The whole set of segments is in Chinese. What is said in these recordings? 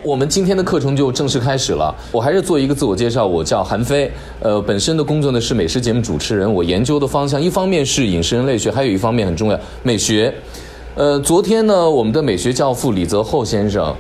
我们今天的课程就正式开始了。我还是做一个自我介绍，我叫韩飞，本身的工作呢是美食节目主持人。我研究的方向一方面是饮食人类学，还有一方面很重要，美学。昨天呢，我们的美学教父李泽厚先生，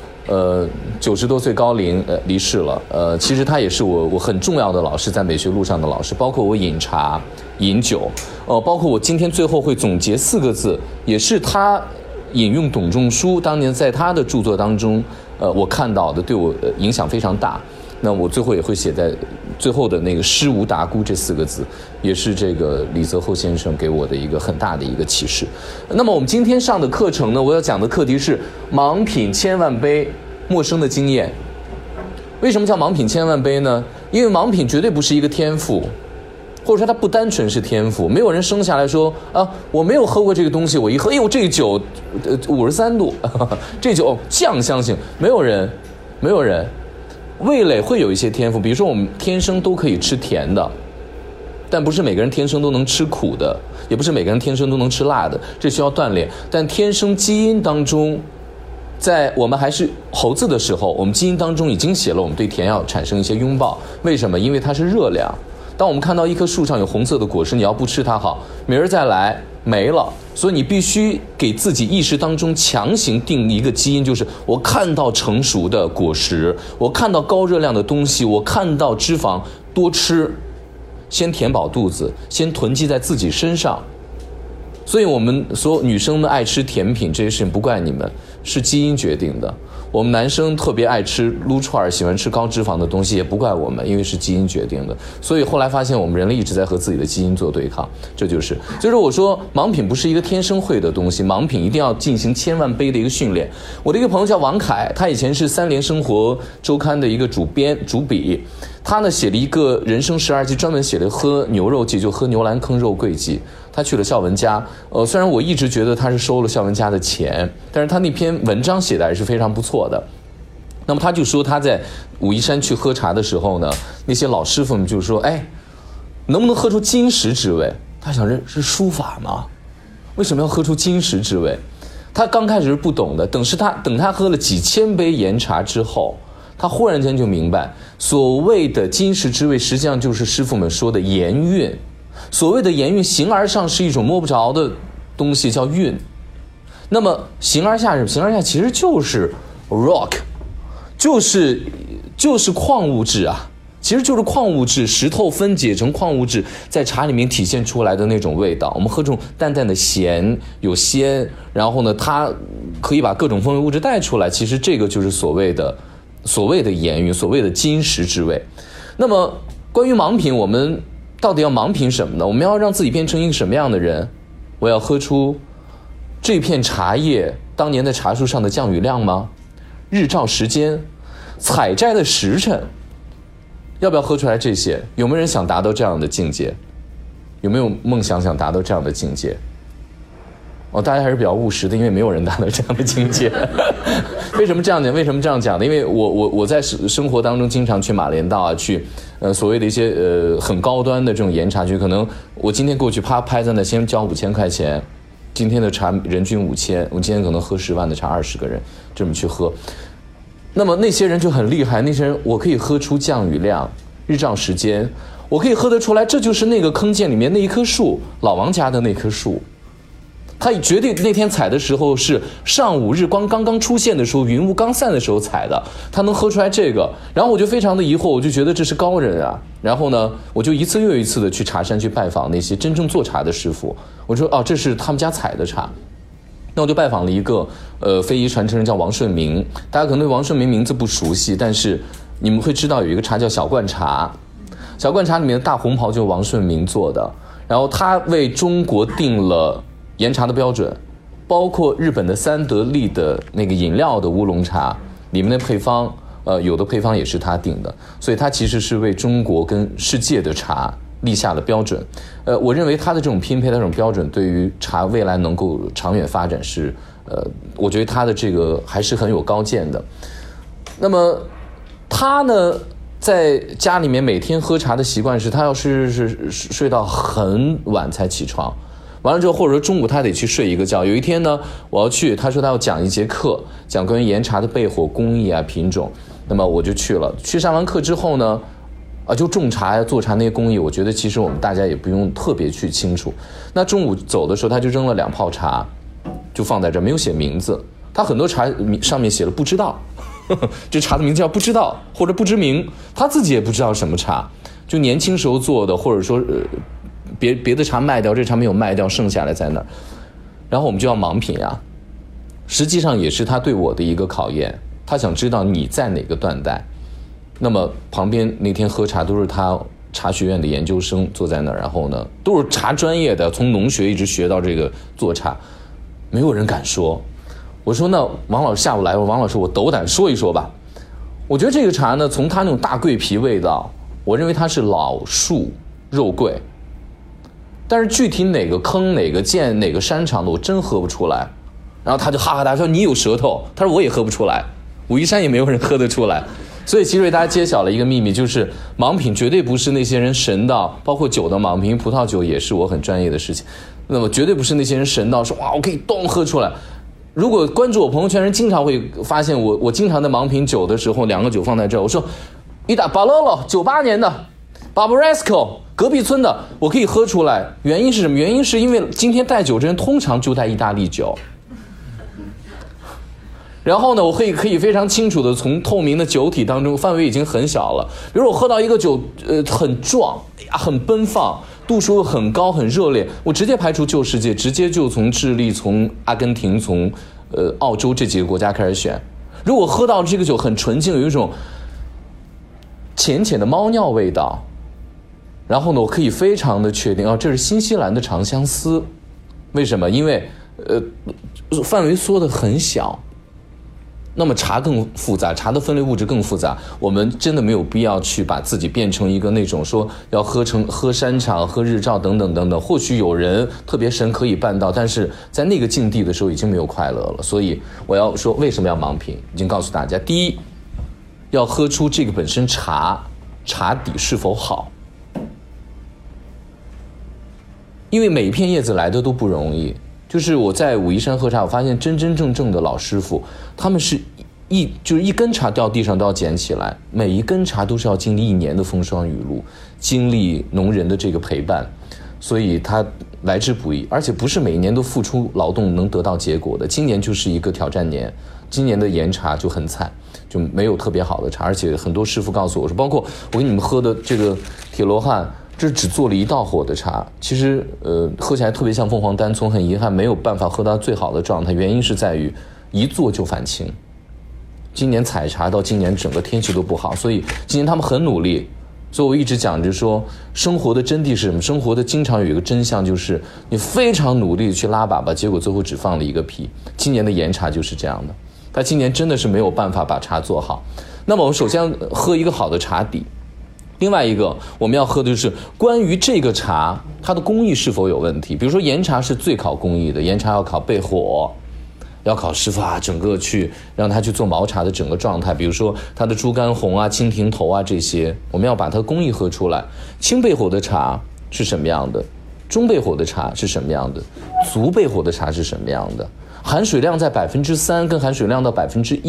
90多岁高龄离世了。其实他也是我很重要的老师，在美学路上的老师，包括我饮茶、饮酒，包括我今天最后会总结4个字，也是他引用董仲舒当年在他的著作当中，我看到的，对我影响非常大。那我最后也会写在最后的那个诗无达姑这4个字，也是这个李泽厚先生给我的一个很大的一个启示。那么我们今天上的课程呢，我要讲的课题是盲品千万杯，陌生的经验。为什么叫盲品千万杯呢？因为盲品绝对不是一个天赋，或者说它不单纯是天赋。没有人生下来说啊，我没有喝过这个东西，我一喝，哎呦，这个酒53度，这酒酱香型，没有人。味蕾会有一些天赋，比如说我们天生都可以吃甜的，但不是每个人天生都能吃苦的，也不是每个人天生都能吃辣的，这需要锻炼。但天生基因当中，在我们还是猴子的时候，我们基因当中已经写了我们对甜要产生一些拥抱。为什么？因为它是热量。当我们看到一棵树上有红色的果实，你要不吃它好，明儿再来没了。所以你必须给自己意识当中强行定一个基因，就是我看到成熟的果实，我看到高热量的东西，我看到脂肪，多吃，先填饱肚子，先囤积在自己身上。所以我们所有女生们爱吃甜品这些事情不怪你们，是基因决定的。我们男生特别爱吃撸串，喜欢吃高脂肪的东西，也不怪我们，因为是基因决定的。所以后来发现我们人类一直在和自己的基因做对抗，这就是我说盲品不是一个天生会的东西，盲品一定要进行千万杯的一个训练。我的一个朋友叫王凯，他以前是3联生活周刊的一个主笔，他呢写了一个人生12记，专门写了喝牛肉记，就喝牛栏坑肉桂记。他去了孝文家，虽然我一直觉得他是收了孝文家的钱，但是他那篇文章写的还是非常不错的。那么他就说他在武夷山去喝茶的时候呢，那些老师傅们就说，哎，能不能喝出金石之味？他想这是书法吗？为什么要喝出金石之味？他刚开始是不懂的，等他喝了几千杯岩茶之后，他忽然间就明白，所谓的金石之味实际上就是师傅们说的盐韵。所谓的盐韵，形而上是一种摸不着的东西，叫韵。那么形而下是形而下，其实就是 rock， 就是矿物质啊，其实就是矿物质，石头分解成矿物质，在茶里面体现出来的那种味道。我们喝这种淡淡的咸，有鲜，然后呢，它可以把各种风味物质带出来。其实这个就是所谓的盐韵，所谓的金石之味。那么关于盲品，我们到底要盲品什么呢？我们要让自己变成一个什么样的人？我要喝出这片茶叶当年在茶树上的降雨量吗？日照时间，采摘的时辰，要不要喝出来这些？有没有人想达到这样的境界？有没有梦想达到这样的境界？大家还是比较务实的，因为没有人达到这样的境界。为什么这样讲？为什么这样讲呢？因为我在生活当中经常去马连道啊，去所谓的一些很高端的这种岩茶区，可能我今天过去拍在那，先交5000块钱，今天的茶人均5000，我今天可能喝10万的茶，20个人这么去喝。那么那些人就很厉害，那些人我可以喝出降雨量、日照时间，我可以喝得出来，这就是那个坑涧里面那一棵树，老王家的那棵树。他绝对那天采的时候是上午日光刚刚出现的时候，云雾刚散的时候采的，他能喝出来这个。然后我就非常的疑惑，我就觉得这是高人啊。然后呢，我就一次又一次的去茶山去拜访那些真正做茶的师傅。我说这是他们家采的茶。那我就拜访了一个非遗传承人叫王顺明，大家可能对王顺明名字不熟悉，但是你们会知道有一个茶叫小罐茶，小罐茶里面的大红袍就是王顺明做的，然后他为中国定了岩茶的标准，包括日本的三得利的那个饮料的乌龙茶里面的配方，有的配方也是他定的，所以他其实是为中国跟世界的茶立下了标准。我认为他的这种拼配的这种标准，对于茶未来能够长远发展是，我觉得他的这个还是很有高见的。那么他呢，在家里面每天喝茶的习惯是，他要是睡到很晚才起床。 完了之后，或者说中午他得去睡一个觉。有一天呢，我要去，他说他要讲一节课，讲关于岩茶的焙火工艺啊、品种。那么我就去了。去上完课之后呢，就种茶呀、做茶那些工艺，我觉得其实我们大家也不用特别去清楚。那中午走的时候，他就扔了2泡茶，就放在这，没有写名字。他很多茶上面写了不知道，这茶的名字叫不知道或者不知名，他自己也不知道什么茶，就年轻时候做的，或者说别的茶卖掉，这茶没有卖掉，剩下来在那儿。然后我们就要盲品呀，实际上也是他对我的一个考验，他想知道你在哪个段代。那么旁边那天喝茶都是他茶学院的研究生坐在那儿，然后呢都是茶专业的，从农学一直学到这个做茶，没有人敢说。我说那王老师下午来，王老师我斗胆说一说吧。我觉得这个茶呢，从它那种大桂皮味道，我认为它是老树肉桂，但是具体哪个坑哪个涧哪个山场的我真喝不出来。然后他就哈哈大笑，你有舌头，他说我也喝不出来，武夷山也没有人喝得出来。所以其实为大家揭晓了一个秘密，就是盲品绝对不是那些人神到，包括酒的盲品，葡萄酒也是我很专业的事情，那么绝对不是那些人神到说哇我可以咚喝出来。如果关注我朋友圈人经常会发现我经常在盲品酒的时候，2个酒放在这儿，我说一打巴罗罗98年的 Barbaresco 隔壁村的，我可以喝出来。原因是什么？原因是因为今天带酒这人通常就带意大利酒，然后呢我可以非常清楚的从透明的酒体当中，范围已经很小了，比如我喝到一个酒很壮很奔放，度数很高很热烈，我直接排除旧世界，直接就从智利从阿根廷从澳洲这几个国家开始选。如果喝到这个酒很纯净，有一种浅浅的猫尿味道，然后呢我可以非常的确定这是新西兰的长相思。为什么？因为范围缩得很小，那么茶更复杂，茶的分类物质更复杂，我们真的没有必要去把自己变成一个那种说要喝山场喝日照等等等等。或许有人特别神可以办到，但是在那个境地的时候已经没有快乐了。所以我要说为什么要盲品，已经告诉大家。第一，要喝出这个本身茶底是否好，因为每一片叶子来的都不容易。就是我在武夷山喝茶，我发现真真正正的老师傅，他们是一根茶掉地上都要捡起来，每一根茶都是要经历1年的风霜雨露，经历农人的这个陪伴，所以他来之不易，而且不是每一年都付出劳动能得到结果的。今年就是一个挑战年，今年的岩茶就很惨，就没有特别好的茶，而且很多师傅告诉我说，包括我给你们喝的这个铁罗汉，这只做了1道火的茶，其实喝起来特别像凤凰单丛，很遗憾没有办法喝到最好的状态，原因是在于一做就返青。今年采茶到今年整个天气都不好，所以今年他们很努力。所以我一直讲着说，生活的真谛是什么？生活的经常有一个真相，就是你非常努力去拉粑粑，结果最后只放了一个皮。今年的岩茶就是这样的，他今年真的是没有办法把茶做好。那么我们首先喝一个好的茶底，另外一个我们要喝的就是关于这个茶它的工艺是否有问题。比如说岩茶是最考工艺的，岩茶要考焙火，要考师傅整个去让他去做毛茶的整个状态，比如说它的猪肝红蜻蜓头这些，我们要把它的工艺喝出来。轻焙火的茶是什么样的，中焙火的茶是什么样的，足焙火的茶是什么样的，含水量在3%跟含水量到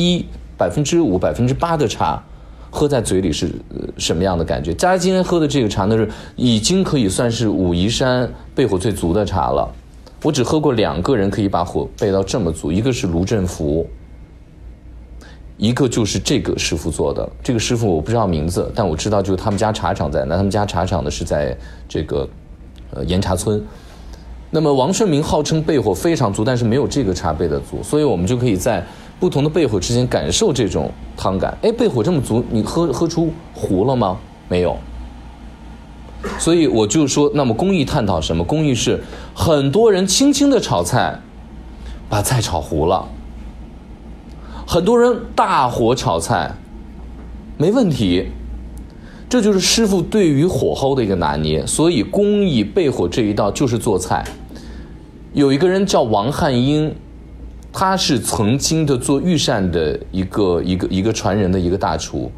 1%、5%、8%的茶喝在嘴里是什么样的感觉。大家今天喝的这个茶呢，是已经可以算是武夷山焙火最足的茶了。我只喝过2个人可以把火焙到这么足，一个是卢振福，一个就是这个师傅做的。这个师傅我不知道名字，但我知道就是他们家茶厂在那，他们家茶厂的是在这个岩茶村。那么王顺明号称焙火非常足，但是没有这个茶焙的足，所以我们就可以在不同的焙火之间感受这种汤感。焙火这么足，你喝出糊了吗？没有。所以我就说，那么工艺探讨什么？工艺是很多人轻轻的炒菜，把菜炒糊了；很多人大火炒菜，没问题。这就是师傅对于火候的一个拿捏。所以工艺焙火这一道就是做菜。有一个人叫王汉英，他是曾经的做御膳的一个传人的一个大厨。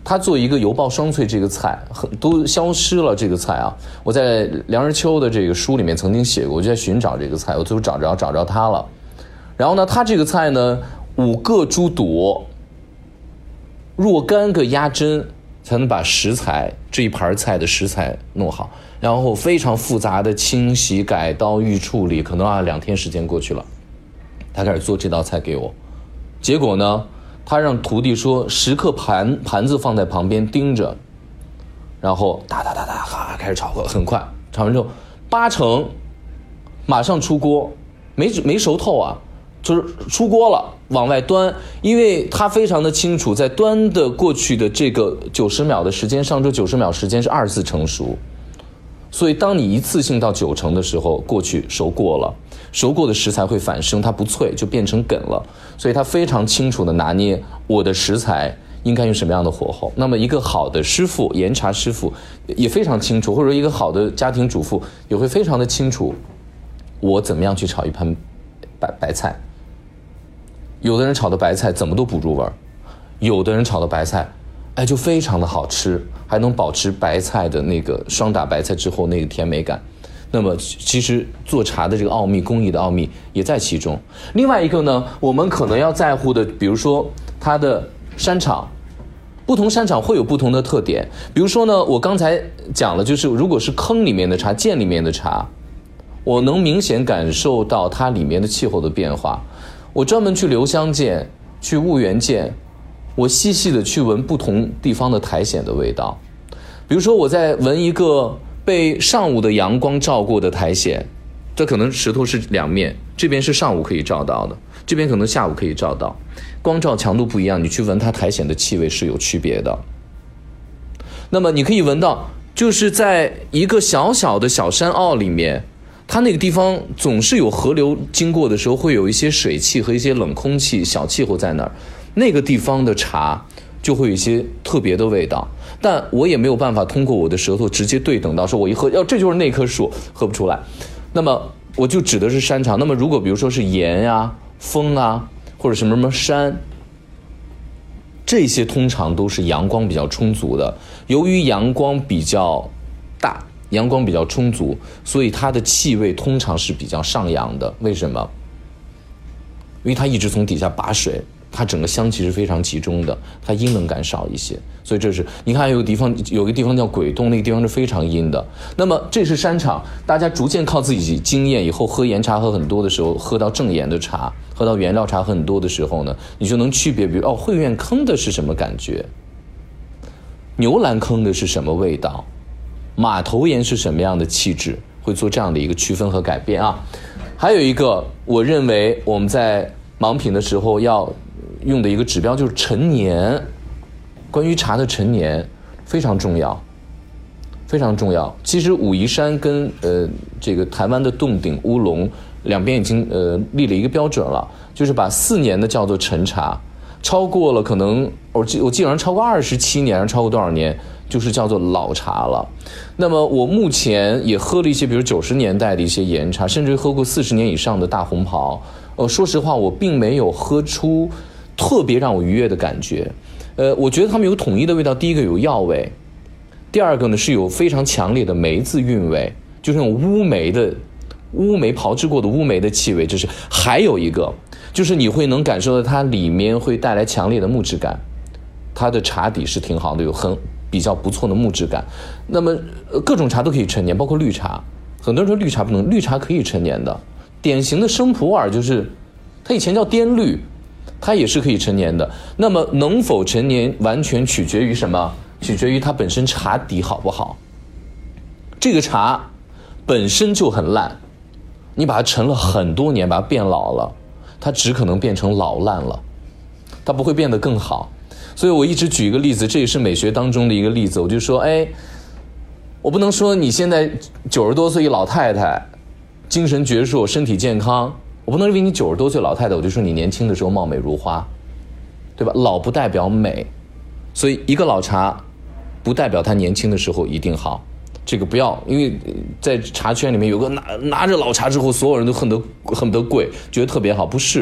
他做一个油爆双脆这个菜，都消失了。这个菜啊，我在梁实秋的这个书里面曾经写过，我就在寻找这个菜，我最后找着它了。然后呢，他这个菜呢，5个猪肚，若干个鸭胗，才能把食材这一盘菜的食材弄好。然后非常复杂的清洗、改刀、预处理，可能2天时间过去了。他开始做这道菜给我，结果呢，他让徒弟说时刻盘子放在旁边盯着，然后哒开始炒，很快炒完之后8成马上出锅，没熟透啊，就是出锅了往外端，因为他非常的清楚，在端的过去的这个90秒的时间上，这90秒时间是24成熟，所以当你一次性到9成的时候，过去熟过了。熟过的食材会反生，它不脆就变成梗了，所以他非常清楚的拿捏我的食材应该用什么样的火候。那么一个好的师傅，盐茶师傅也非常清楚，或者一个好的家庭主妇也会非常的清楚我怎么样去炒一盘白菜。有的人炒的白菜怎么都不入味儿，有的人炒的白菜就非常的好吃，还能保持白菜的那个双打白菜之后那个甜美感。那么其实做茶的这个奥秘，工艺的奥秘也在其中。另外一个呢，我们可能要在乎的，比如说它的山场，不同山场会有不同的特点。比如说呢，我刚才讲了，就是如果是坑里面的茶、涧里面的茶，我能明显感受到它里面的气候的变化。我专门去留香涧、去婺源涧，我细细的去闻不同地方的苔藓的味道。比如说我在闻一个被上午的阳光照过的苔藓，这可能石头是两面，这边是上午可以照到的，这边可能下午可以照到，光照强度不一样，你去闻它苔藓的气味是有区别的。那么你可以闻到，就是在一个小小的小山坳里面，它那个地方总是有河流经过的时候，会有一些水汽和一些冷空气、小气候在那儿，那个地方的茶就会有一些特别的味道。但我也没有办法通过我的舌头直接对等到说我一喝这就是那棵树，喝不出来。那么我就指的是山茶。那么如果比如说是岩啊、风啊，或者什么山，这些通常都是阳光比较充足的。由于阳光比较大，阳光比较充足，所以它的气味通常是比较上扬的。为什么？因为它一直从底下拔水，它整个香气是非常集中的，它阴冷感少一些。所以这是你看有个地方叫鬼洞，那个地方是非常阴的。那么这是山场，大家逐渐靠自己经验，以后喝岩茶喝很多的时候，喝到正岩的茶，喝到原料茶喝很多的时候呢，你就能区别，比如汇苑坑的是什么感觉，牛栏坑的是什么味道，马头岩是什么样的气质，会做这样的一个区分和改变啊。还有一个我认为我们在盲品的时候要用的一个指标就是陈年。关于茶的陈年非常重要，非常重要。其实武夷山跟这个台湾的洞顶乌龙两边已经立了一个标准了，就是把4年的叫做陈茶，超过了可能我记得好像超过27年，超过多少年就是叫做老茶了。那么我目前也喝了一些比如90年代的一些岩茶，甚至喝过40年以上的大红袍，说实话我并没有喝出特别让我愉悦的感觉。我觉得他们有统一的味道，第一个有药味，第二个呢是有非常强烈的梅子韵味，就是那种乌梅炮制过的乌梅的气味。这是还有一个就是你会能感受到它里面会带来强烈的木质感，它的茶底是挺好的，有比较不错的木质感。那么各种茶都可以陈年，包括绿茶，很多人说绿茶不能，绿茶可以陈年的。典型的生普洱就是它以前叫滇绿，它也是可以陈年的。那么能否陈年完全取决于什么？取决于它本身茶底好不好。这个茶本身就很烂，你把它陈了很多年，把它变老了，它只可能变成老烂了，它不会变得更好。所以我一直举一个例子，这也是美学当中的一个例子，我就说我不能说你现在90多岁一老太太精神矍铄身体健康，我不能认为你90多岁老太太我就说你年轻的时候貌美如花，对吧？老不代表美，所以一个老茶不代表他年轻的时候一定好。这个不要，因为在茶圈里面有个拿着老茶之后所有人都恨不得贵，觉得特别好，不是。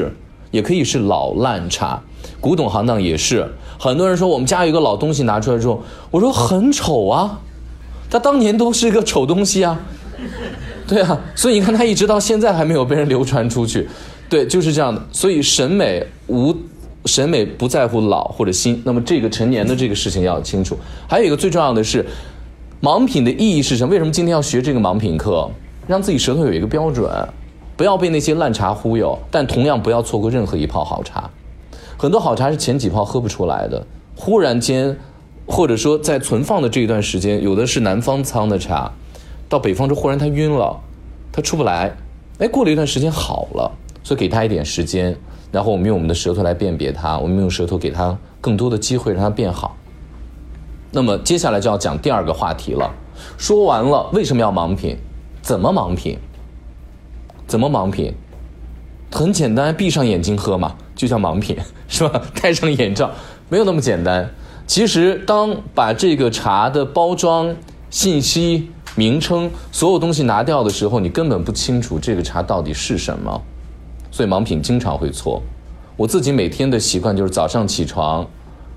也可以是老烂茶。古董行当也是，很多人说我们家有一个老东西拿出来之后，我说很丑啊，它当年都是一个丑东西啊，对啊，所以你看它一直到现在还没有被人流传出去，对，就是这样的。所以审美不在乎老或者新，那么这个陈年的这个事情要清楚。还有一个最重要的是，盲品的意义是什么？为什么今天要学这个盲品课？让自己舌头有一个标准，不要被那些烂茶忽悠，但同样不要错过任何一泡好茶。很多好茶是前几泡喝不出来的，忽然间，或者说在存放的这一段时间，有的是南方仓的茶，到北方之后忽然它晕了，它出不来，过了一段时间好了，所以给它一点时间，然后我们用我们的舌头来辨别它，我们用舌头给它更多的机会让它变好。那么接下来就要讲第二个话题了。说完了为什么要盲品，怎么盲品？怎么盲品？很简单，闭上眼睛喝嘛，就叫盲品，是吧？戴上眼罩，没有那么简单。其实当把这个茶的包装、信息、名称所有东西拿掉的时候，你根本不清楚这个茶到底是什么，所以盲品经常会错。我自己每天的习惯就是早上起床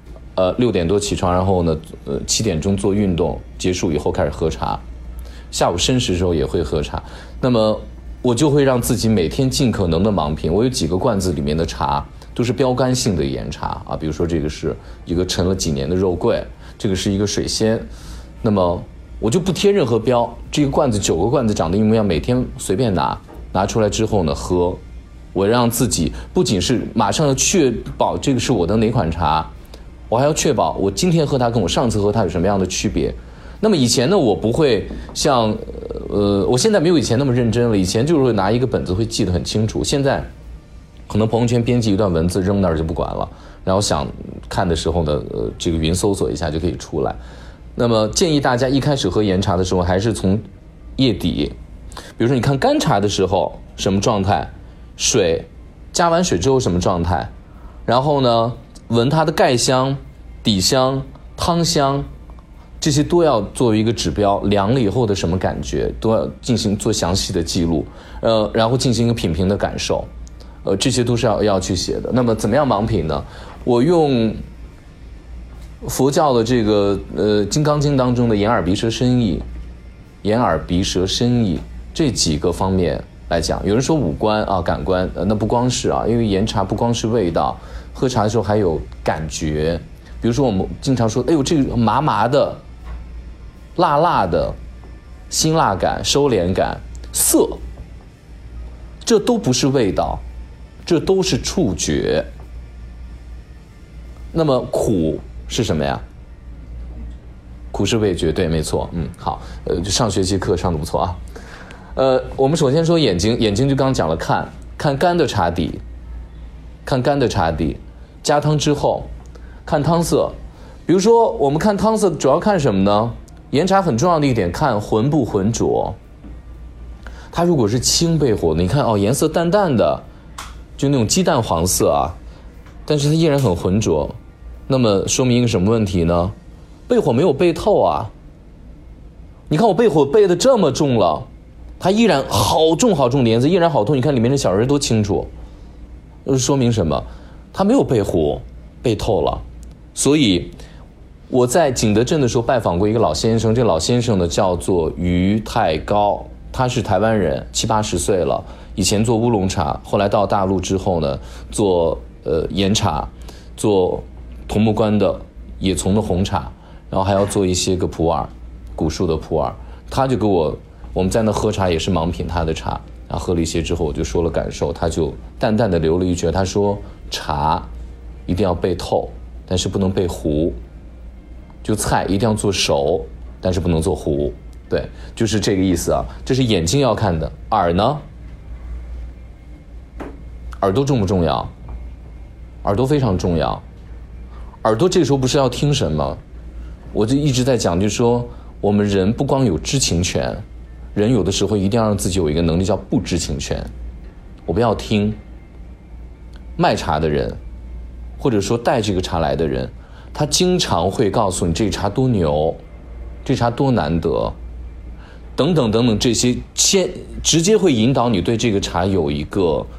，6点多起床，然后呢，7点钟做运动，结束以后开始喝茶，下午申时的时候也会喝茶。那么我就会让自己每天尽可能的盲品。我有几个罐子里面的茶都是标杆性的岩茶啊，比如说这个是一个陈了几年的肉桂，这个是一个水仙，那么我就不贴任何标，这个罐子9个罐子长得一模一样，每天随便拿出来之后呢喝。我让自己不仅是马上要确保这个是我的哪款茶，我还要确保我今天喝它跟我上次喝它有什么样的区别。那么以前呢，我不会像我现在没有以前那么认真了，以前就是会拿一个本子会记得很清楚，现在可能朋友圈编辑一段文字扔那儿就不管了，然后想看的时候呢，这个云搜索一下就可以出来。那么建议大家一开始喝岩茶的时候，还是从叶底，比如说你看干茶的时候什么状态，水加完水之后什么状态，然后呢闻它的盖香、底香、汤香，这些都要作为一个指标，凉了以后的什么感觉都要进行做详细的记录，然后进行一个品评的感受，这些都是要去写的。那么怎么样盲品呢？我用佛教的这个《金刚经》当中的眼耳鼻舌身意，这几个方面来讲。有人说五官啊，感官，那不光是啊，因为岩茶不光是味道，喝茶的时候还有感觉。比如说我们经常说，哎呦，这个麻麻的、辣辣的、辛辣感、收敛感、涩，这都不是味道，这都是触觉。那么苦是什么呀？苦是味觉，对，没错，好，上学期课上的不错啊。我们首先说眼睛就刚讲了，看干的茶底，加汤之后看汤色。比如说我们看汤色主要看什么呢？岩茶很重要的一点，看浑不浑浊。它如果是青焙火的，你看颜色淡淡的，就那种鸡蛋黄色啊，但是它依然很浑浊，那么说明一个什么问题呢？焙火没有焙透啊。你看我焙火焙得这么重了，它依然好重的颜色，依然好透，你看里面的小人多清楚，说明什么？它没有焙糊，焙透了。所以我在景德镇的时候拜访过一个老先生，这个老先生呢叫做于太高，他是台湾人，70、80岁了，以前做乌龙茶，后来到大陆之后呢做岩茶，做桐木关的野丛的红茶，然后还要做一些个普洱，古树的普洱。他就给我们在那喝茶也是盲品他的茶，然后喝了一些之后我就说了感受，他就淡淡的留了一句，他说茶一定要焙透，但是不能焙糊，就菜一定要做熟，但是不能做糊，对，就是这个意思啊。这是眼睛要看的。耳呢？耳朵重不重要？耳朵非常重要。耳朵这个时候不是要听什么，我就一直在讲，就是说我们人不光有知情权，人有的时候一定要让自己有一个能力叫不知情权。我不要听卖茶的人，或者说带这个茶来的人，他经常会告诉你这茶多牛，这茶多难得，等等等等，这些直接会引导你对这个茶有一个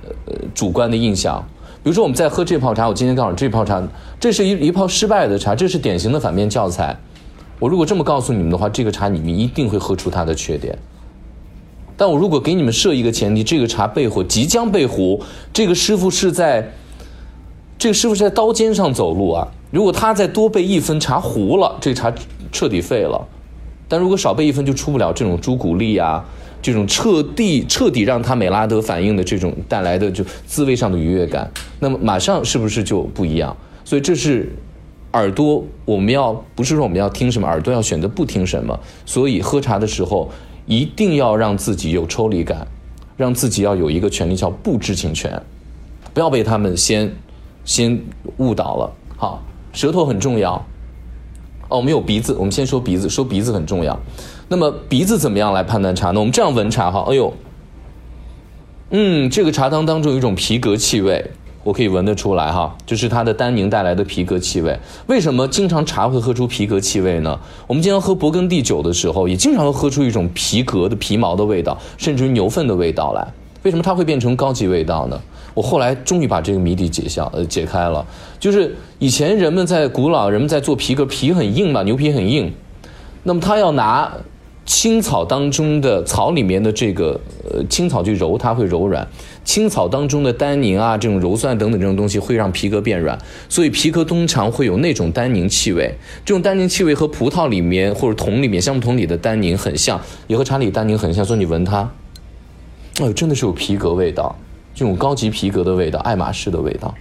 主观的印象。比如说我们在喝这泡茶，我今天告诉你这泡茶，这是一泡失败的茶，这是典型的反面教材。我如果这么告诉你们的话，这个茶你们一定会喝出它的缺点。但我如果给你们设一个前提，这个茶焙火即将焙糊，这个师傅是在刀尖上走路啊。如果他再多焙1分，茶糊了，这个茶彻底废了。但如果少焙1分，就出不了这种朱古力啊，这种彻底让它美拉德反应的这种带来的就滋味上的愉悦感，那么马上是不是就不一样？所以这是耳朵，不是说我们要听什么，耳朵要选择不听什么。所以喝茶的时候一定要让自己有抽离感，让自己要有一个权利叫不知情权，不要被他们先误导了。好，舌头很重要。我们有鼻子，我们先说鼻子，说鼻子很重要。那么鼻子怎么样来判断茶呢？我们这样闻茶哈，哎呦，这个茶汤当中有一种皮革气味，我可以闻得出来哈，就是它的单宁带来的皮革气味。为什么经常茶会喝出皮革气味呢？我们经常喝勃艮第酒的时候，也经常会喝出一种皮革的皮毛的味道，甚至于牛粪的味道来。为什么它会变成高级味道呢？我后来终于把这个谜底解开了。就是以前人们在做皮革，皮很硬嘛，牛皮很硬，那么他要拿青草当中的草里面的这个青草去揉它，会柔软。青草当中的单宁啊，这种鞣酸等等这种东西会让皮革变软，所以皮革通常会有那种单宁气味。这种单宁气味和葡萄里面或者桶里面橡木桶里的单宁很像，也和茶里单宁很像，所以你闻它，真的是有皮革味道，这种高级皮革的味道，爱马仕的味道。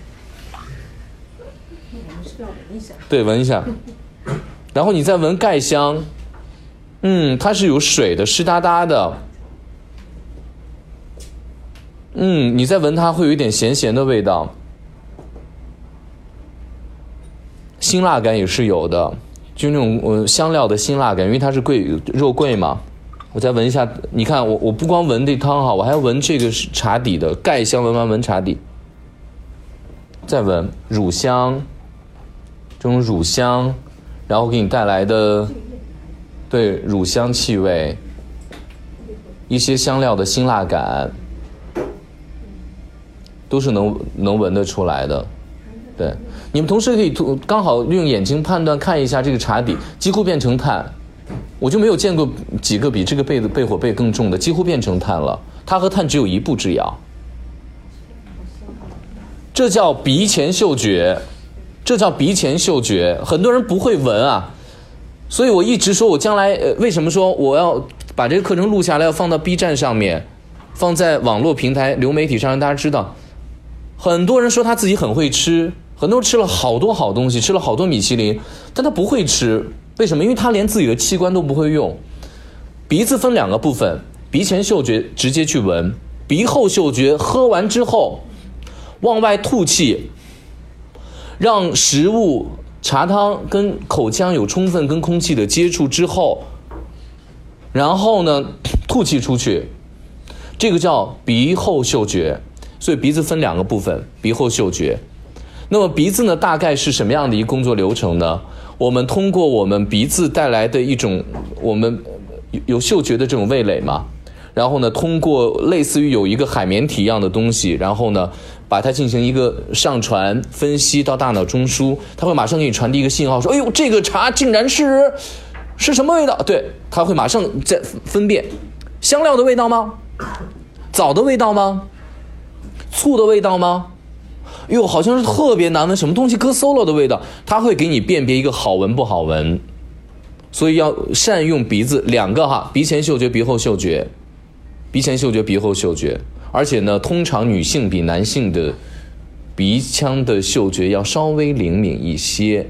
对，闻一下。然后你再闻盖香，它是有水的，湿哒哒的。你再闻它会有一点咸咸的味道，辛辣感也是有的，就那种香料的辛辣感，因为它是肉桂嘛。我再闻一下，你看我不光闻这汤哈，我还要闻这个茶底的盖香，闻茶底，再闻乳香，这种乳香，然后给你带来的对乳香气味，一些香料的辛辣感，都是能闻得出来的。对，你们同时可以刚好用眼睛判断看一下这个茶底，几乎变成炭。我就没有见过几个比这个焙火焙更重的，几乎变成炭了。它和炭只有一步之遥。这叫鼻前嗅觉，很多人不会闻啊。所以我一直说我将来为什么说我要把这个课程录下来，要放到 B 站上面，放在网络平台流媒体上，让大家知道。很多人说他自己很会吃，很多人吃了好多好东西，吃了好多米其林，但他不会吃。为什么？因为他连自己的器官都不会用。鼻子分2个部分，鼻前嗅觉直接去闻，鼻后嗅觉喝完之后往外吐气，让食物茶汤跟口腔有充分跟空气的接触之后，然后呢吐气出去，这个叫鼻后嗅觉。所以鼻子分2个部分，鼻后嗅觉。那么鼻子呢，大概是什么样的一个工作流程呢？我们通过我们鼻子带来的一种，我们有嗅觉的这种味蕾嘛，然后呢，通过类似于有一个海绵体一样的东西，然后呢，把它进行一个上传分析到大脑中枢，它会马上给你传递一个信号，说，哎呦，这个茶竟然是什么味道？对，它会马上再分辨，香料的味道吗？枣的味道吗？醋的味道吗？哟，好像是特别难闻，什么东西搁馊了的味道，它会给你辨别一个好闻不好闻。所以要善用鼻子2个哈，鼻前嗅觉、鼻后嗅觉，鼻前嗅觉、鼻后嗅觉。而且呢，通常女性比男性的鼻腔的嗅觉要稍微灵敏一些，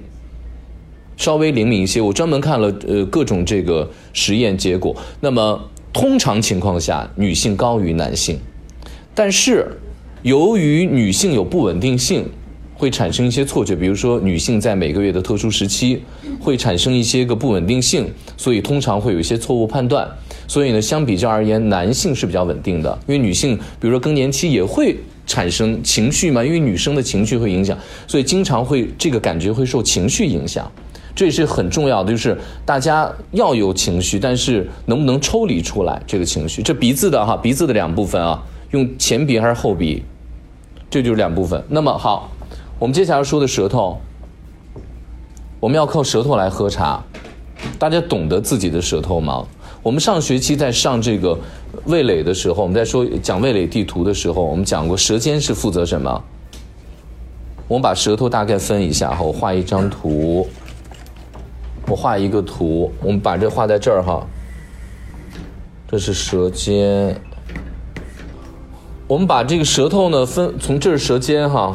我专门看了各种这个实验结果。那么通常情况下，女性高于男性，但是由于女性有不稳定性，会产生一些错觉，比如说女性在每个月的特殊时期会产生一些个不稳定性，所以通常会有一些错误判断。所以呢，相比较而言，男性是比较稳定的，因为女性比如说更年期也会产生情绪嘛，因为女生的情绪会影响，所以经常会这个感觉会受情绪影响。这也是很重要的，就是大家要有情绪，但是能不能抽离出来这个情绪。这鼻子的2部分啊，用前鼻还是后鼻？ 这就是2部分。那么好，我们接下来说的舌头，我们要靠舌头来喝茶。大家懂得自己的舌头吗？我们上学期在上这个味蕾的时候，我们在讲味蕾地图的时候，我们讲过舌尖是负责什么？我们把舌头大概分一下哈，我画一张图，我画一个图，我们把这画在这儿哈，这是舌尖。我们把这个舌头呢从这是舌尖哈，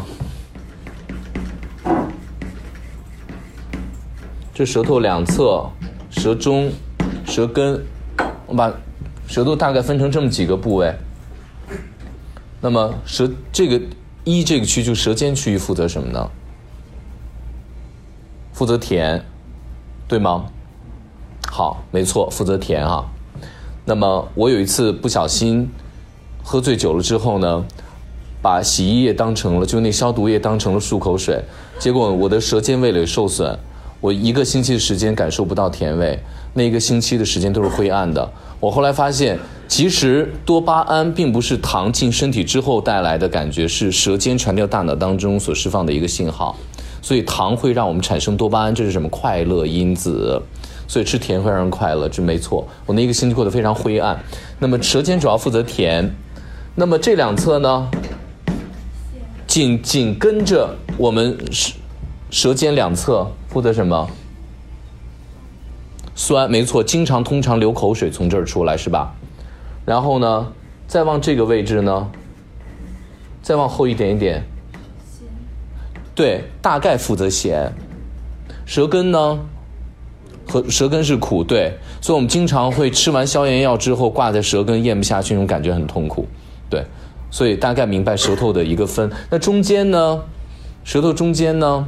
这舌头2侧，舌中、舌根，我们把舌头大概分成这么几个部位。那么这个区就舌尖区域负责什么呢？负责甜，对吗？好，没错，负责甜哈。那么我有一次不小心喝醉酒了之后呢，把洗衣液当成了就那消毒液当成了漱口水，结果我的舌尖味蕾受损，我1个星期的时间感受不到甜味，那1个星期的时间都是灰暗的。我后来发现，其实多巴胺并不是糖进身体之后带来的感觉，是舌尖传到大脑当中所释放的一个信号。所以糖会让我们产生多巴胺，这是什么？快乐因子。所以吃甜会让人快乐，这没错。我那1个星期过得非常灰暗。那么舌尖主要负责甜，那么这2侧呢，紧跟着我们舌尖2侧负责什么？酸，没错，通常流口水从这儿出来，是吧？然后呢，再往这个位置呢，再往后一点，对，大概负责咸。舌根呢，和舌根是苦，对，所以我们经常会吃完消炎药之后挂在舌根咽不下去，那种感觉很痛苦，对，所以大概明白舌头的一个分。那中间呢，舌头中间呢，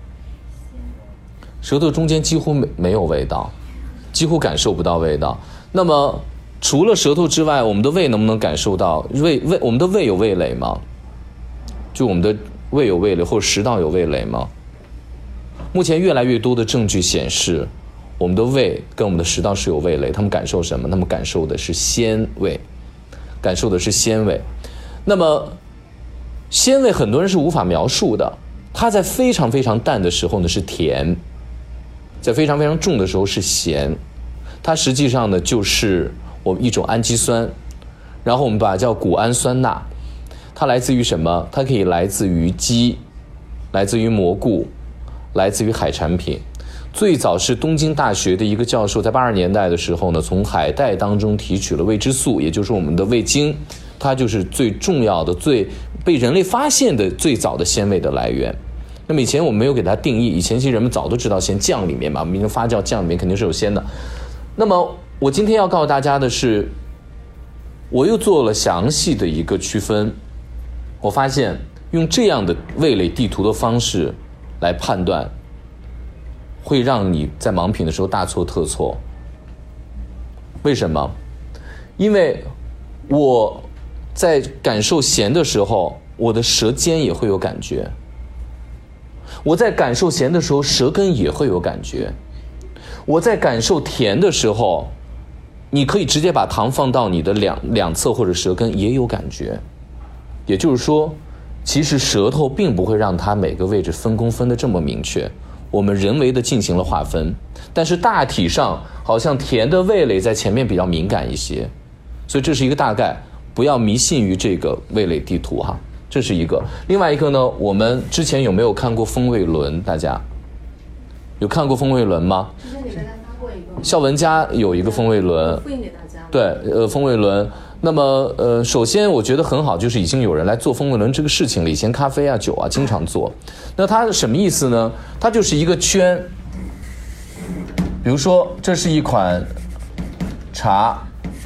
舌头中间几乎没有味道，几乎感受不到味道。那么除了舌头之外，我们的胃能不能感受到我们的胃有味蕾吗？就我们的胃有味蕾，或者食道有味蕾吗？目前越来越多的证据显示，我们的胃跟我们的食道是有味蕾，他们感受什么？他们感受的是鲜味，感受的是鲜味。那么鲜味很多人是无法描述的，它在非常非常淡的时候呢是甜，在非常非常重的时候是咸，它实际上呢就是我们一种氨基酸，然后我们把它叫谷氨酸钠。它来自于什么？它可以来自于鸡，来自于蘑菇，来自于海产品。最早是东京大学的一个教授在80年代的时候呢，从海带当中提取了味之素，也就是我们的味精，它就是最重要的、最被人类发现的最早的鲜味的来源。那么以前我们没有给它定义，以前其实人们早都知道鲜，酱里面嘛，我们发酵酱里面肯定是有鲜的。那么我今天要告诉大家的是，我又做了详细的一个区分。我发现用这样的味蕾地图的方式来判断，会让你在盲品的时候大错特错。为什么？因为我在感受咸的时候，我的舌尖也会有感觉；我在感受咸的时候，舌根也会有感觉；我在感受甜的时候，你可以直接把糖放到你的两侧或者舌根也有感觉。也就是说，其实舌头并不会让它每个位置分工分得这么明确，我们人为的进行了划分，但是大体上好像甜的味蕾在前面比较敏感一些，所以这是一个大概，不要迷信于这个味蕾地图哈，这是一个。另外一个呢，我们之前有没有看过风味轮？大家有看过风味轮吗？之前给大家发过一个，孝文家有一个风味轮，复印给大家。对，风味轮。那么首先我觉得很好，就是已经有人来做风味轮这个事情了。以前咖啡啊、酒啊经常做。那它什么意思呢？它就是一个圈，比如说这是一款茶，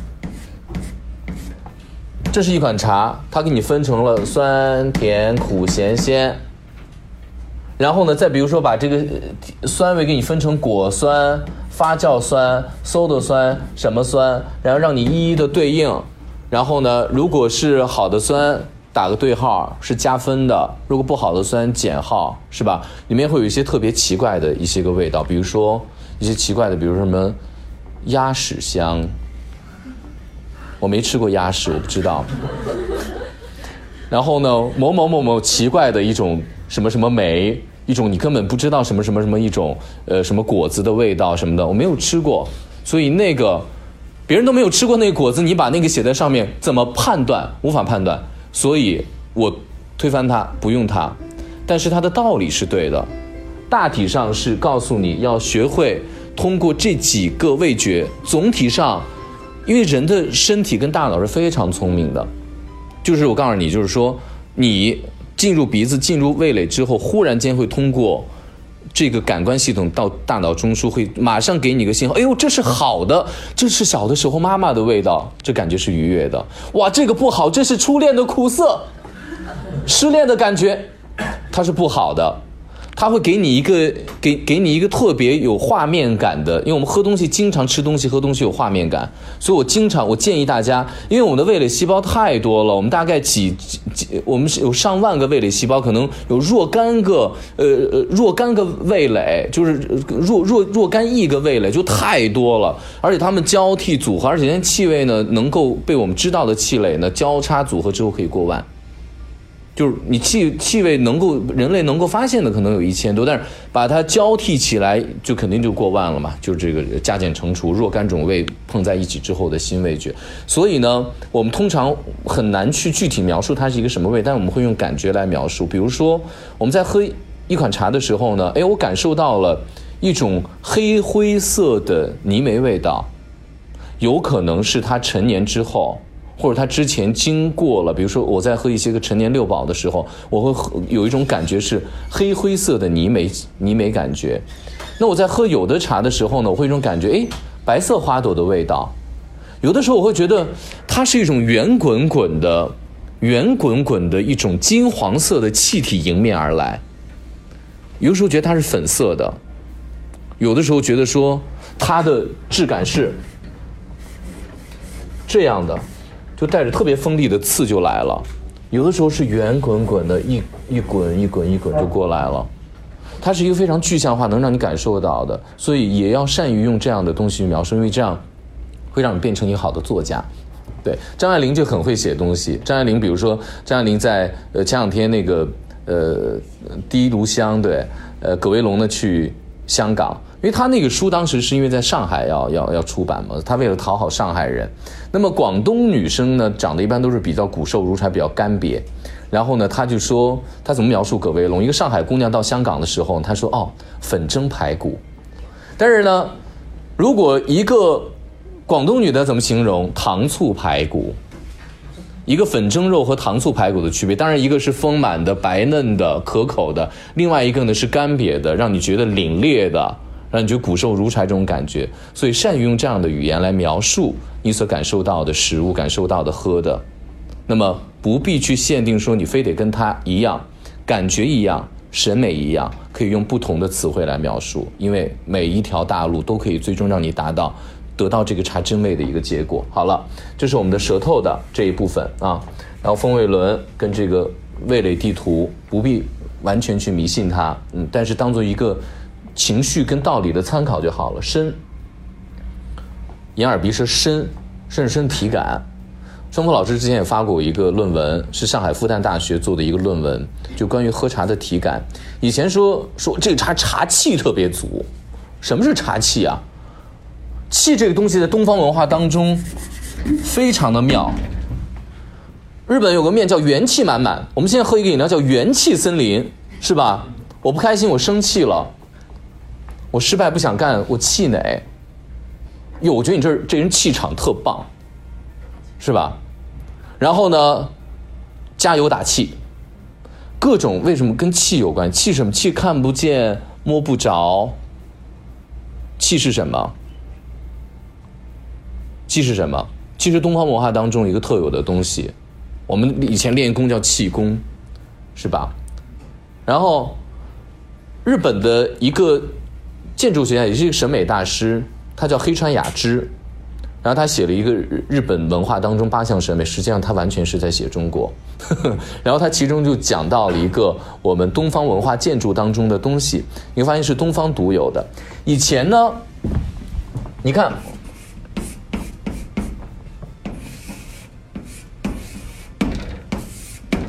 这是一款茶，它给你分成了酸、甜、苦、咸、鲜。然后呢，再比如说把这个酸味给你分成果酸、发酵酸、soda酸、什么酸，然后让你一一的对应。然后呢，如果是好的酸打个对号是加分的，如果不好的酸减号，是吧？里面会有一些特别奇怪的一些个味道，比如说一些奇怪的，比如说什么鸭屎香，我没吃过鸭屎，我不知道。 然后呢某某某某奇怪的一种什么什么酶，一种你根本不知道什么什么什么一种什么果子的味道什么的，我没有吃过，所以那个别人都没有吃过那个果子，你把那个写在上面，怎么判断？无法判断，所以我推翻它，不用它。但是它的道理是对的，大体上是告诉你要学会通过这几个味觉，总体上，因为人的身体跟大脑是非常聪明的，就是我告诉你，就是说你进入鼻子、进入味蕾之后，忽然间会通过这个感官系统到大脑中枢，会马上给你一个信号，哎呦，这是好的，这是小的时候妈妈的味道，这感觉是愉悦的。哇，这个不好，这是初恋的苦涩，失恋的感觉，它是不好的。它会给你一个给你一个特别有画面感的，因为我们喝东西经常吃东西，喝东西有画面感，所以我建议大家，因为我们的味蕾细胞太多了，我们大概我们是有上万个味蕾细胞，可能有若干个味蕾，就是若干亿个味蕾，就太多了，而且它们交替组合，而且那气味呢，能够被我们知道的气味呢交叉组合之后可以过万。就是你气味人类能够发现的可能有1000多，但是把它交替起来就肯定就过万了嘛，就是这个加减乘除若干种味碰在一起之后的新味觉。所以呢，我们通常很难去具体描述它是一个什么味，但我们会用感觉来描述。比如说我们在喝一款茶的时候呢，我感受到了一种黑灰色的泥煤味道，有可能是它陈年之后，或者它之前经过了，比如说我在喝一些个陈年六堡的时候，我会有一种感觉是黑灰色的泥煤感觉。那我在喝有的茶的时候呢，我会有一种感觉，白色花朵的味道。有的时候我会觉得它是一种圆滚滚的一种金黄色的气体迎面而来。有的时候觉得它是粉色的，有的时候觉得说它的质感是这样的，就带着特别锋利的刺就来了。有的时候是圆滚滚的，一滚就过来了。它是一个非常具象化，能让你感受到的，所以也要善于用这样的东西去描述，因为这样会让你变成一个好的作家。对，张爱玲就很会写东西。张爱玲，比如说张爱玲在前两天那个第一炉香，对，葛维龙呢去香港，因为他那个书当时是因为在上海要出版嘛，他为了讨好上海人。那么广东女生呢，长得一般都是比较骨瘦如柴，比较干瘪。然后呢，他就说他怎么描述葛维龙？一个上海姑娘到香港的时候，他说粉蒸排骨。但是呢，如果一个广东女的怎么形容？糖醋排骨。一个粉蒸肉和糖醋排骨的区别，当然一个是丰满的、白嫩的、可口的，另外一个呢是干瘪的，让你觉得凛冽的，让你觉得骨瘦如柴这种感觉。所以善于用这样的语言来描述你所感受到的食物、感受到的喝的，那么不必去限定说你非得跟它一样，感觉一样，审美一样，可以用不同的词汇来描述，因为每一条大路都可以最终让你得到这个茶真味的一个结果。好了，这是我们的舌头的这一部分啊，然后风味轮跟这个味蕾地图不必完全去迷信它，但是当做一个情绪跟道理的参考就好了。身，眼耳鼻舌身，甚至身体感。双峰老师之前也发过一个论文，是上海复旦大学做的一个论文，就关于喝茶的体感。以前说这个茶气特别足，什么是茶气啊？气这个东西在东方文化当中非常的妙。日本有个面叫元气满满，我们现在喝一个饮料叫元气森林，是吧？我不开心，我生气了，我失败不想干，我气馁。我觉得你这人气场特棒，是吧？然后呢，加油打气，各种为什么跟气有关？气什么？气看不见摸不着。气是什么？气是什么？气是东方文化当中一个特有的东西，我们以前练功叫气功，是吧？然后日本的一个建筑学家，也是一个审美大师，他叫黑川雅之，然后他写了一个日本文化当中8项审美，实际上他完全是在写中国然后他其中就讲到了一个我们东方文化建筑当中的东西，你会发现是东方独有的。以前呢，你看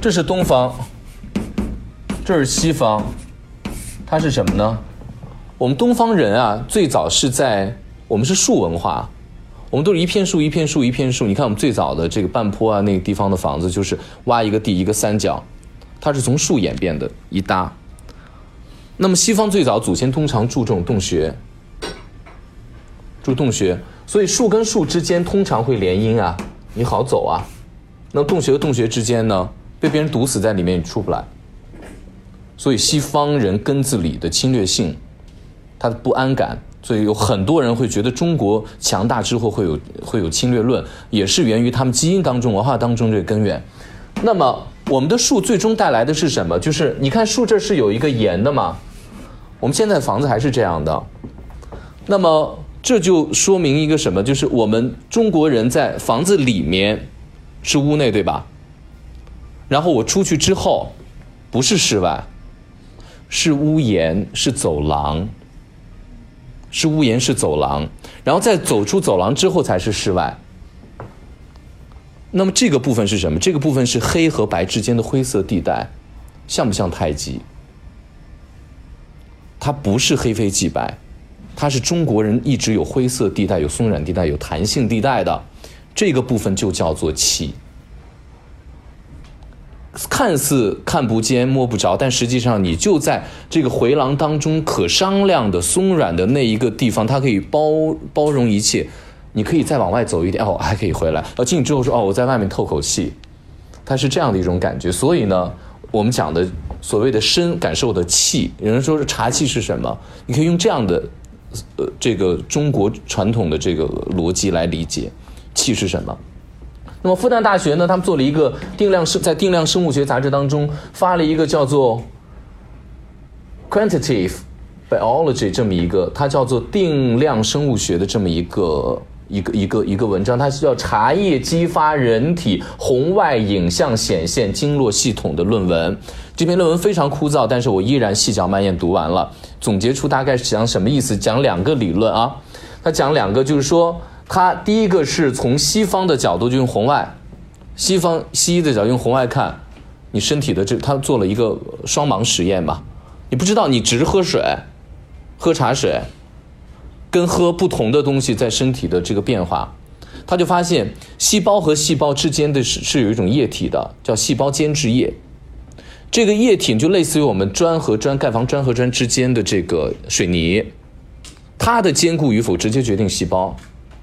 这是东方，这是西方，它是什么呢？我们东方人啊，最早我们是树文化，我们都是一片树一片树一片树。你看我们最早的这个半坡啊，那个地方的房子就是挖一个地一个三角，它是从树演变的一搭。那么西方最早祖先通常住这种洞穴，住洞穴，所以树跟树之间通常会联姻啊，你好走啊。那洞穴和洞穴之间呢，被别人堵死在里面，你出不来。所以西方人根子里的侵略性，他的不安感，所以有很多人会觉得中国强大之后会有侵略论，也是源于他们基因当中文化当中这个根源。那么我们的树最终带来的是什么？就是你看树这是有一个檐的嘛，我们现在的房子还是这样的。那么这就说明一个什么？就是我们中国人在房子里面是屋内，对吧？然后我出去之后不是室外，是屋檐，是走廊，是屋檐，是走廊，然后再走出走廊之后才是室外。那么这个部分是什么？这个部分是黑和白之间的灰色地带，像不像太极？它不是黑非即白，它是中国人一直有灰色地带、有松软地带、有弹性地带的，这个部分就叫做气。看似看不见摸不着，但实际上你就在这个回廊当中可商量的松软的那一个地方，它可以包容一切。你可以再往外走一点，哦，还可以回来。进去之后说，哦，我在外面透口气，它是这样的一种感觉。所以呢，我们讲的所谓的身感受的气，有人说是茶气是什么？你可以用这样的这个中国传统的这个逻辑来理解气是什么。那么复旦大学呢，他们做了一个在定量生物学杂志当中发了一个叫做 Quantitative Biology 这么一个，它叫做定量生物学的这么一个文章，它是叫茶叶激发人体红外影像显现经络系统的论文。这篇论文非常枯燥，但是我依然细嚼慢咽读完了，总结出大概是讲什么意思，讲两个理论啊。他讲两个，就是说他第一个是从西方的角度就用红外，西医的角度用红外看你身体的他做了一个双盲实验吧。你不知道你只是喝茶水跟喝不同的东西在身体的这个变化，他就发现细胞和细胞之间的是有一种液体的，叫细胞间质液。这个液体就类似于我们盖房砖和砖之间的这个水泥，它的坚固与否直接决定细胞。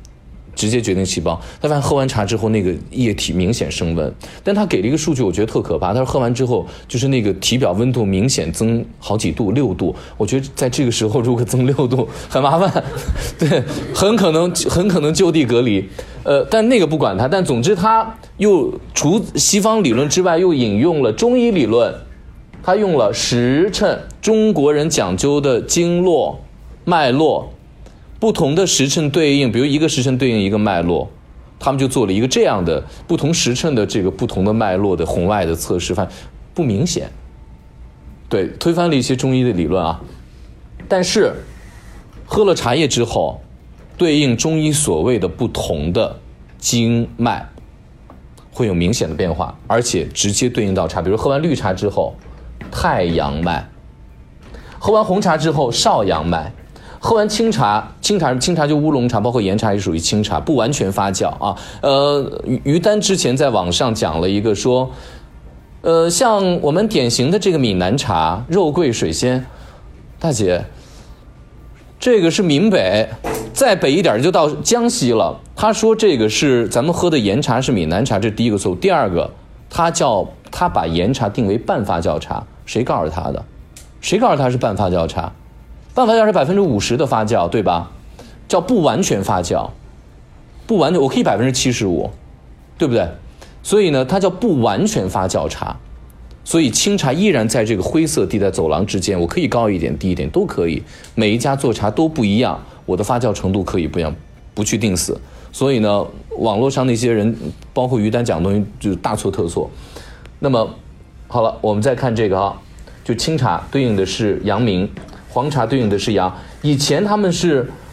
他发现喝完茶之后那个液体明显升温，但他给了一个数据我觉得特可怕，他说喝完之后就是那个体表温度明显增好几度，6度。我觉得在这个时候如果增6度很麻烦，对，很可能就地隔离。但那个不管他，但总之他又除西方理论之外又引用了中医理论，他用了时辰，中国人讲究的经络脉络，不同的时辰对应，比如一个时辰对应一个脉络，他们就做了一个这样的不同时辰的这个不同的脉络的红外的测试，发现不明显，对，推翻了一些中医的理论啊。但是喝了茶叶之后，对应中医所谓的不同的经脉会有明显的变化，而且直接对应到茶，比如喝完绿茶之后太阳脉，喝完红茶之后少阳脉，喝完清茶就乌龙茶，包括岩茶也属于清茶，不完全发酵啊。于丹之前在网上讲了一个说，像我们典型的这个闽南茶，肉桂水仙，大姐，这个是闽北，再北一点就到江西了。他说这个是咱们喝的岩茶是闽南茶，这是第一个错误。第二个，他把岩茶定为半发酵茶，谁告诉他的？谁告诉他是半发酵茶？半发酵是50%的发酵，对吧？叫不完全发酵，不完全，我可以75%，对不对？所以呢，它叫不完全发酵茶。所以清茶依然在这个灰色地带走廊之间，我可以高一点低一点都可以，每一家做茶都不一样，我的发酵程度可以不一样，不去定死。所以呢，网络上那些人包括于丹讲的东西就是大错特错。那么好了，我们再看这个啊，就清茶对应的是阳明，黄茶对应的是阳。以前他们是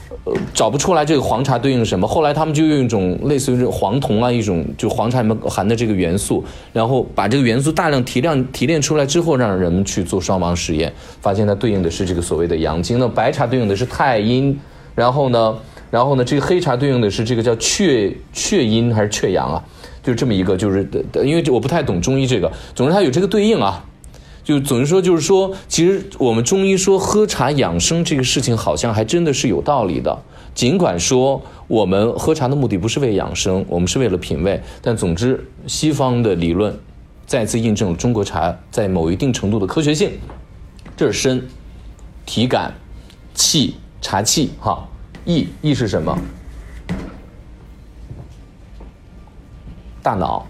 找不出来这个黄茶对应什么，后来他们就用一种类似于这种黄酮啊，一种就黄茶里面含的这个元素，然后把这个元素大量提炼出来之后，让人们去做双盲实验，发现它对应的是这个所谓的阳经，那白茶对应的是太阴，然后呢，这个黑茶对应的是这个叫确阴还是确阳啊？就是这么一个，就是因为我不太懂中医这个，总之它有这个对应啊。就总之说，就是说，其实我们中医说喝茶养生这个事情，好像还真的是有道理的。尽管说我们喝茶的目的不是为养生，我们是为了品味，但总之，西方的理论再次印证了中国茶在某一定程度的科学性。这是身、体感、气、茶气，哈，意是什么？大脑。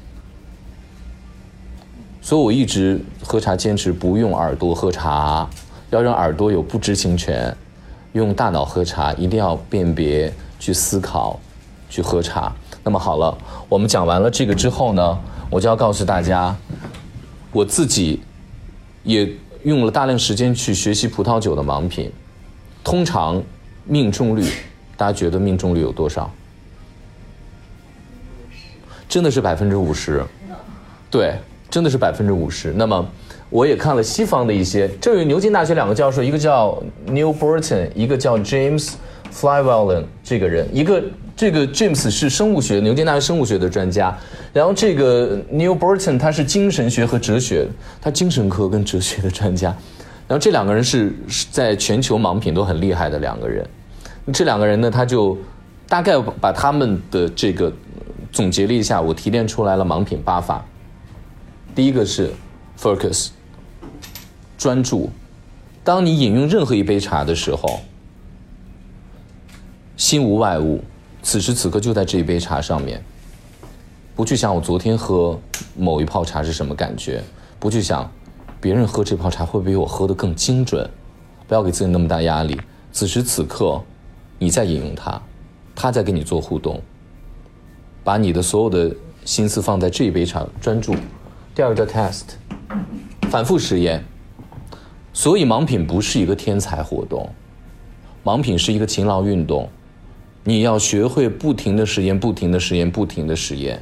所以我一直喝茶坚持不用耳朵喝茶，要让耳朵有不知情权，用大脑喝茶，一定要辨别、去思考、去喝茶。那么好了，我们讲完了这个之后呢，我就要告诉大家，我自己也用了大量时间去学习葡萄酒的盲品。通常命中率，大家觉得命中率有多少？真的是50%，对。真的是50%。那么，我也看了西方的一些，这有牛津大学2个教授，一个叫 Neil Burton， 一个叫 James Flywellen 这个人，这个 James 是牛津大学生物学的专家，然后这个 Neil Burton 他是精神学和哲学，他精神科跟哲学的专家，然后这2个人是在全球盲品都很厉害的2个人。这2个人呢，他就大概把他们的这个总结了一下，我提炼出来了盲品8法。第一个是 focus， 专注。当你饮用任何一杯茶的时候，心无外物，此时此刻就在这一杯茶上面，不去想我昨天喝某一泡茶是什么感觉，不去想别人喝这泡茶会不会比我喝得更精准，不要给自己那么大压力。此时此刻你在饮用它，它在跟你做互动，把你的所有的心思放在这一杯茶，专注。第二个叫 test， 反复实验。所以盲品不是一个天才活动，盲品是一个勤劳运动，你要学会不停的实验，不停的实验，不停的实验。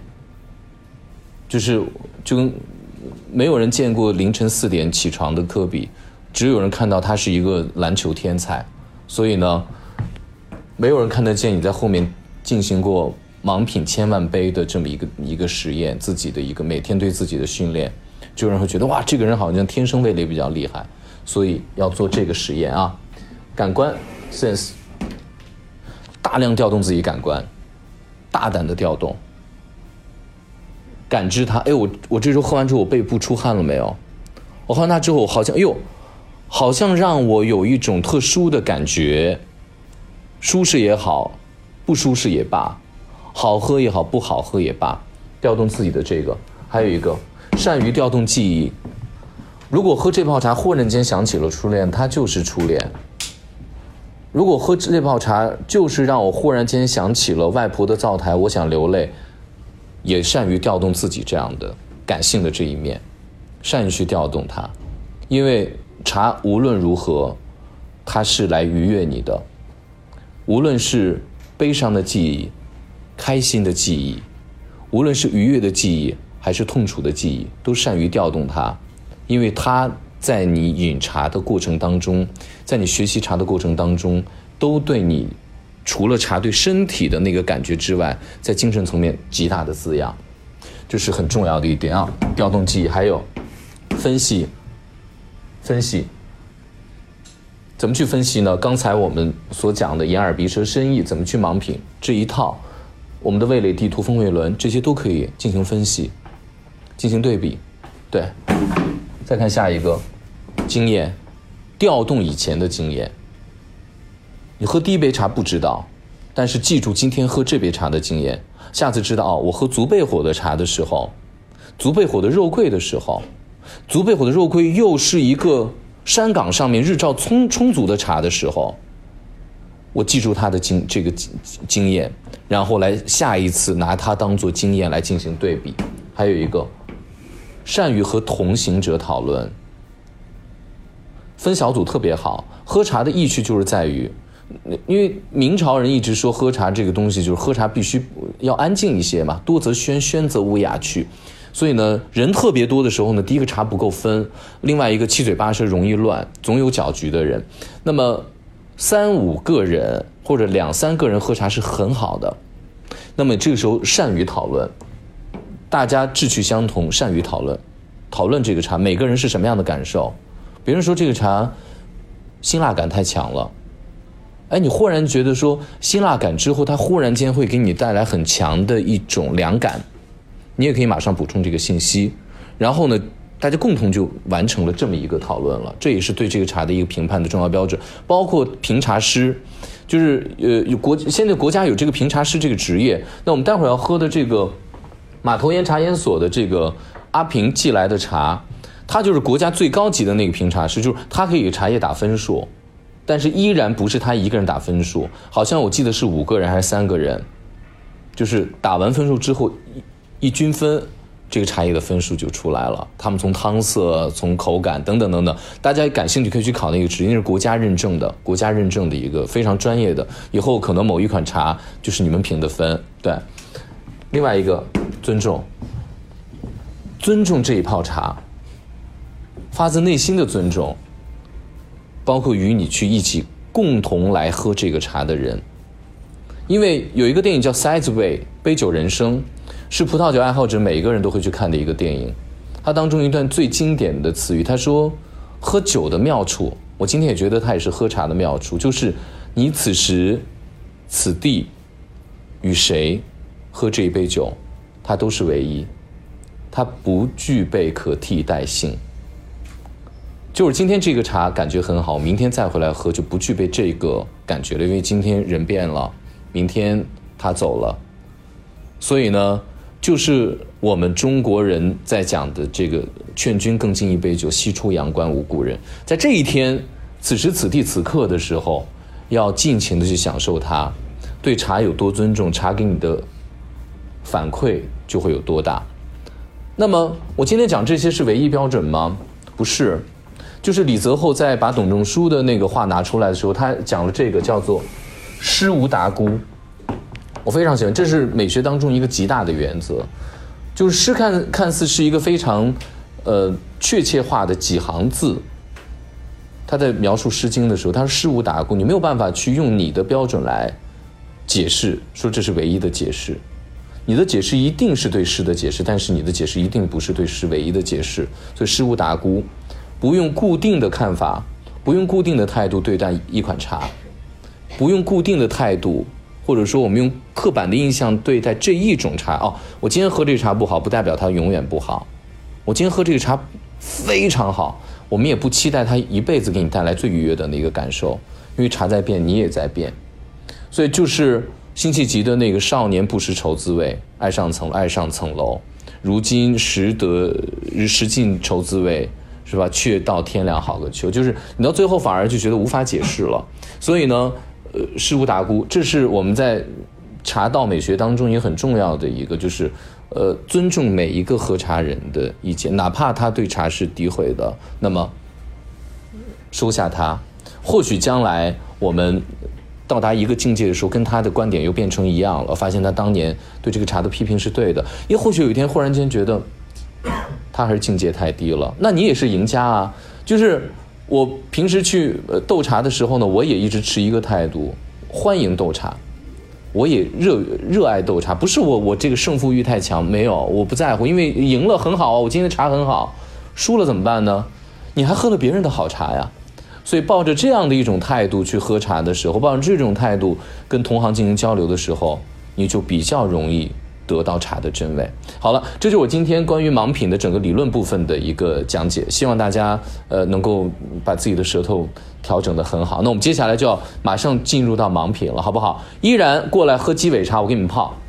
就没有人见过凌晨4点起床的科比，只有人看到他是一个篮球天才。所以呢，没有人看得见你在后面进行过盲品千万杯的这么一个实验，自己的一个每天对自己的训练，就有人会觉得哇，这个人好像天生味蕾比较厉害，所以要做这个实验啊。感官 sense， 大量调动自己感官，大胆的调动，感知它。哎，我这周喝完之后，我背部出汗了没有？我喝完它之后，好像让我有一种特殊的感觉，舒适也好，不舒适也罢。好喝也好，不好喝也罢，调动自己的这个。还有一个，善于调动记忆。如果喝这泡茶忽然间想起了初恋，它就是初恋。如果喝这泡茶就是让我忽然间想起了外婆的灶台，我想流泪，也善于调动自己这样的感性的这一面，善于去调动它。因为茶无论如何，它是来愉悦你的，无论是悲伤的记忆，开心的记忆，无论是愉悦的记忆还是痛楚的记忆，都善于调动它。因为它在你饮茶的过程当中，在你学习茶的过程当中，都对你除了茶对身体的那个感觉之外，在精神层面极大的滋养，这是很重要的一点啊。调动记忆。还有分析怎么去分析呢？刚才我们所讲的眼耳鼻舌身意怎么去盲品这一套，我们的味蕾地图风味轮这些都可以进行分析，进行对比。对，再看下一个，经验，调动以前的经验。你喝第一杯茶不知道，但是记住今天喝这杯茶的经验，下次知道哦，我喝足焙火的茶的时候，足焙火的肉桂的时候，足焙火的肉桂又是一个山岗上面日照充足的茶的时候，我记住它的这个经验，然后来下一次拿它当做经验来进行对比。还有一个，善于和同行者讨论，分小组特别好。喝茶的意趣就是在于， 因为明朝人一直说喝茶这个东西就是喝茶必须要安静一些嘛，多则喧，喧则无雅趣。所以呢，人特别多的时候呢，第一个茶不够分，另外一个七嘴八舌容易乱，总有搅局的人。那么3、5个人或者2、3个人喝茶是很好的。那么这个时候善于讨论，大家志趣相同，善于讨论这个茶，每个人是什么样的感受。别人说这个茶辛辣感太强了，哎，你忽然觉得说辛辣感之后，它忽然间会给你带来很强的一种凉感，你也可以马上补充这个信息，然后呢，大家共同就完成了这么一个讨论了。这也是对这个茶的一个评判的重要标准。包括评茶师，就是现在国家有这个评茶师这个职业。那我们待会儿要喝的这个马头岩茶研所的这个阿平寄来的茶，他就是国家最高级的那个评茶师，就是他可以给茶叶打分数，但是依然不是他一个人打分数，好像我记得是5个人还是3个人，就是打完分数之后一均分，这个茶叶的分数就出来了。他们从汤色、从口感等等等等，大家感兴趣可以去考那个职业，那是国家认证的一个非常专业的。以后可能某一款茶就是你们评的分。对，另外一个尊重这一泡茶，发自内心的尊重，包括与你去一起共同来喝这个茶的人。因为有一个电影叫《Sidesway》杯酒人生，是葡萄酒爱好者每一个人都会去看的一个电影。它当中一段最经典的词语，他说喝酒的妙处，我今天也觉得它也是喝茶的妙处，就是你此时此地与谁喝这一杯酒，它都是唯一，它不具备可替代性。就是今天这个茶感觉很好，明天再回来喝就不具备这个感觉了，因为今天人变了，明天他走了。所以呢，就是我们中国人在讲的这个劝君更尽一杯酒，西出阳关无故人。在这一天此时此地此刻的时候，要尽情的去享受它，对茶有多尊重，茶给你的反馈就会有多大。那么我今天讲这些是唯一标准吗？不是。就是李泽厚在把董仲舒的那个话拿出来的时候，他讲了这个叫做诗无达姑，我非常喜欢，这是美学当中一个极大的原则。就是诗看似是一个非常确切化的几行字，他在描述诗经的时候，他说诗无达姑，你没有办法去用你的标准来解释说这是唯一的解释，你的解释一定是对诗的解释，但是你的解释一定不是对诗唯一的解释。所以诗无达姑，不用固定的看法，不用固定的态度对待一款茶，不用固定的态度，或者说我们用刻板的印象对待这一种茶。我今天喝这个茶不好，不代表它永远不好。我今天喝这个茶非常好，我们也不期待它一辈子给你带来最愉悦的那个感受，因为茶在变，你也在变。所以就是辛弃疾的那个少年不识愁滋味，爱上层楼，如今识尽愁滋味，是吧？却道天凉好个秋，就是你到最后反而就觉得无法解释了。所以呢，诗无达姑，这是我们在茶道美学当中也很重要的一个，就是尊重每一个喝茶人的意见，哪怕他对茶是诋毁的，那么收下它。或许将来我们到达一个境界的时候，跟他的观点又变成一样了，发现他当年对这个茶的批评是对的，也或许有一天忽然间觉得他还是境界太低了，那你也是赢家啊。就是我平时去斗茶的时候呢，我也一直持一个态度，欢迎斗茶，我也热爱斗茶，不是我这个胜负欲太强，没有，我不在乎，因为赢了很好，我今天的茶很好，输了怎么办呢？你还喝了别人的好茶呀。所以抱着这样的一种态度去喝茶的时候，抱着这种态度跟同行进行交流的时候，你就比较容易得到茶的真味。好了，这就是我今天关于盲品的整个理论部分的一个讲解，希望大家能够把自己的舌头调整得很好。那我们接下来就要马上进入到盲品了，好不好？依然过来喝鸡尾茶，我给你们泡。